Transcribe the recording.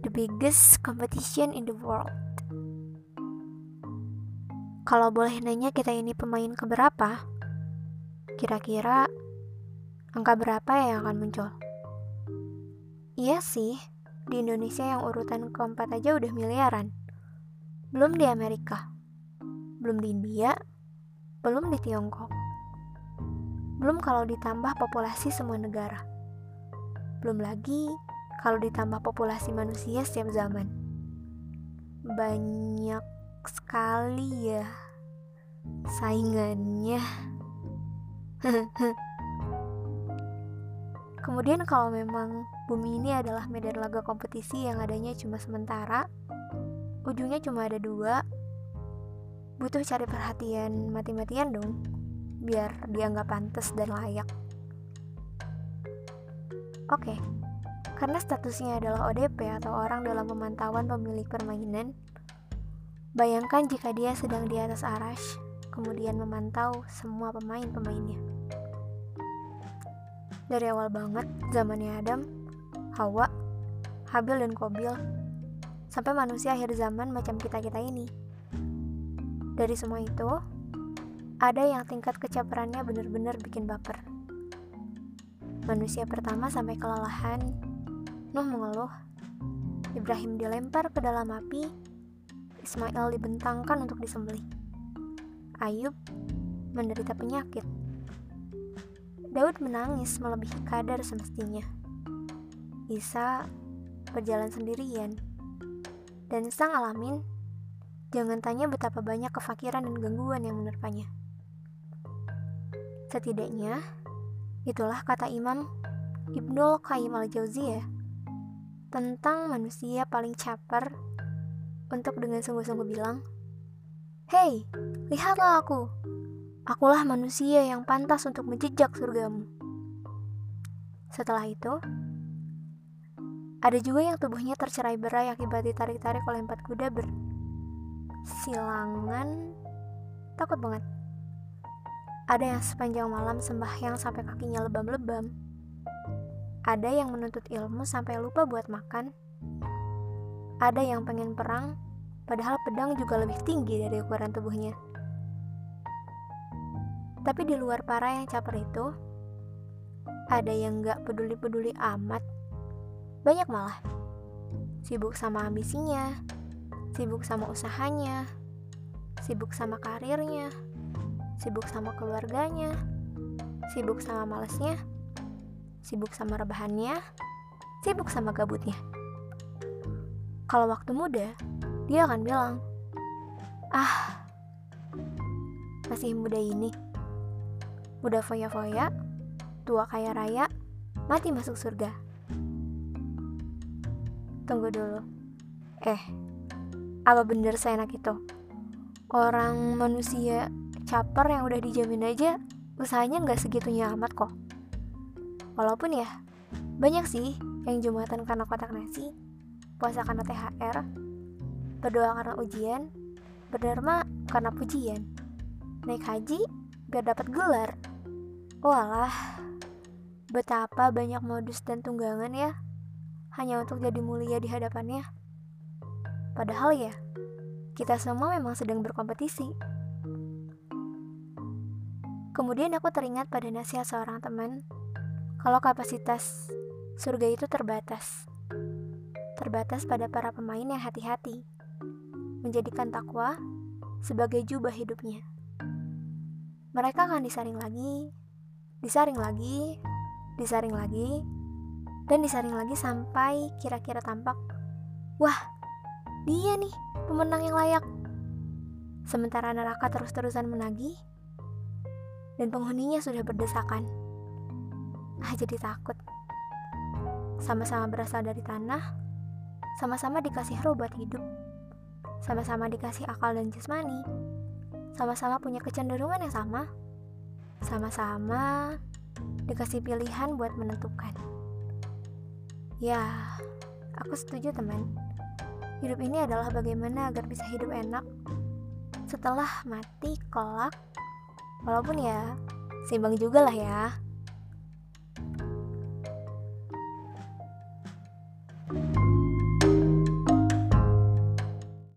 the biggest competition in the world. Kalau boleh nanya kita ini pemain keberapa, kira-kira angka berapa yang akan muncul? Iya sih, di Indonesia yang urutan keempat aja udah miliaran. Belum di Amerika, belum di India, belum di Tiongkok. Belum kalau ditambah populasi semua negara. Belum lagi kalau ditambah populasi manusia setiap zaman. Banyak sekali ya saingannya. Kemudian kalau memang bumi ini adalah medan laga kompetisi yang adanya cuma sementara, ujungnya cuma ada 2, butuh cari perhatian mati-matian dong, biar dianggap pantas dan layak. Oke, karena statusnya adalah ODP atau orang dalam pemantauan pemilik permainan, bayangkan jika dia sedang di atas arash, kemudian memantau semua pemain-pemainnya. Dari awal banget, zamannya Adam, Hawa, Habil dan Kobil, sampai manusia akhir zaman macam kita-kita ini. Dari semua itu, ada yang tingkat kecaperannya benar-benar bikin baper. Manusia pertama sampai kelelahan, Nuh mengeluh, Ibrahim dilempar ke dalam api, Ismail dibentangkan untuk disembelih, Ayub menderita penyakit, Daud menangis melebihi kadar semestinya, Isa berjalan sendirian, dan sang Alamin, jangan tanya betapa banyak kefakiran dan gangguan yang menerpanya. Setidaknya, itulah kata Imam Ibnul Qayyim al-Jauziyah tentang manusia paling caper untuk dengan sungguh-sungguh bilang, "Hei, lihatlah aku. Akulah manusia yang pantas untuk menjejak surgamu." Setelah itu, ada juga yang tubuhnya tercerai-berai akibat ditarik-tarik oleh 4 kuda bersilangan. Takut banget. Ada yang sepanjang malam sembahyang sampai kakinya lebam-lebam. Ada yang menuntut ilmu sampai lupa buat makan. Ada yang pengen perang, padahal pedang juga lebih tinggi dari ukuran tubuhnya. Tapi di luar para yang caper itu, ada yang gak peduli-peduli amat. Banyak malah. Sibuk sama ambisinya, sibuk sama usahanya, sibuk sama karirnya, sibuk sama keluarganya, sibuk sama malesnya, sibuk sama rebahannya, sibuk sama gabutnya. Kalau waktu muda, dia akan bilang, "Ah, masih muda ini, muda foya-foya, tua kaya raya, mati masuk surga." Tunggu dulu. Apa bener seenak itu? Orang manusia caper yang udah dijamin aja usahanya gak segitunya amat kok. Walaupun ya, banyak sih yang jumatan karena kotak nasi, puasa karena THR, berdoa karena ujian, berderma karena pujian, naik haji biar dapat gelar. Walah, betapa banyak modus dan tunggangan ya, hanya untuk jadi mulia di hadapannya. Padahal ya, kita semua memang sedang berkompetisi. Kemudian aku teringat pada nasihat seorang teman, kalau kapasitas surga itu terbatas. Terbatas pada para pemain yang hati-hati, menjadikan takwa sebagai jubah hidupnya. Mereka akan disaring lagi, disaring lagi, disaring lagi, dan disaring lagi sampai kira-kira tampak, wah, dia nih pemenang yang layak. Sementara neraka terus-terusan menagih, dan penghuninya sudah berdesakan. Jadi takut. Sama-sama berasal dari tanah, sama-sama dikasih roh buat hidup, sama-sama dikasih akal dan jasmani, sama-sama punya kecenderungan yang sama-sama dikasih pilihan buat menentukan. Ya, aku setuju teman. Hidup ini adalah bagaimana agar bisa hidup enak setelah mati kelak. Walaupun ya, seimbang juga lah ya.